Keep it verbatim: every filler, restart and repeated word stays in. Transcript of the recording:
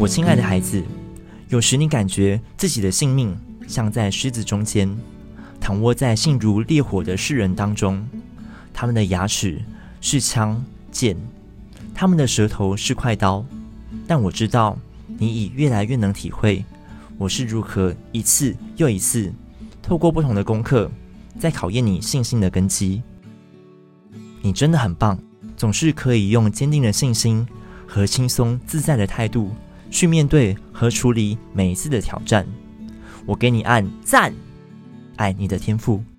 我亲爱的孩子，有时你感觉自己的性命像在狮子中间，躺卧在性如烈火的世人当中。他们的牙齿是枪剑，他们的舌头是快刀。但我知道你已越来越能体会我是如何一次又一次透过不同的功课在考验你信心的根基。你真的很棒，总是可以用坚定的信心和轻松自在的态度去面对和处理每一次的挑战。我给你按赞，爱你的天赋。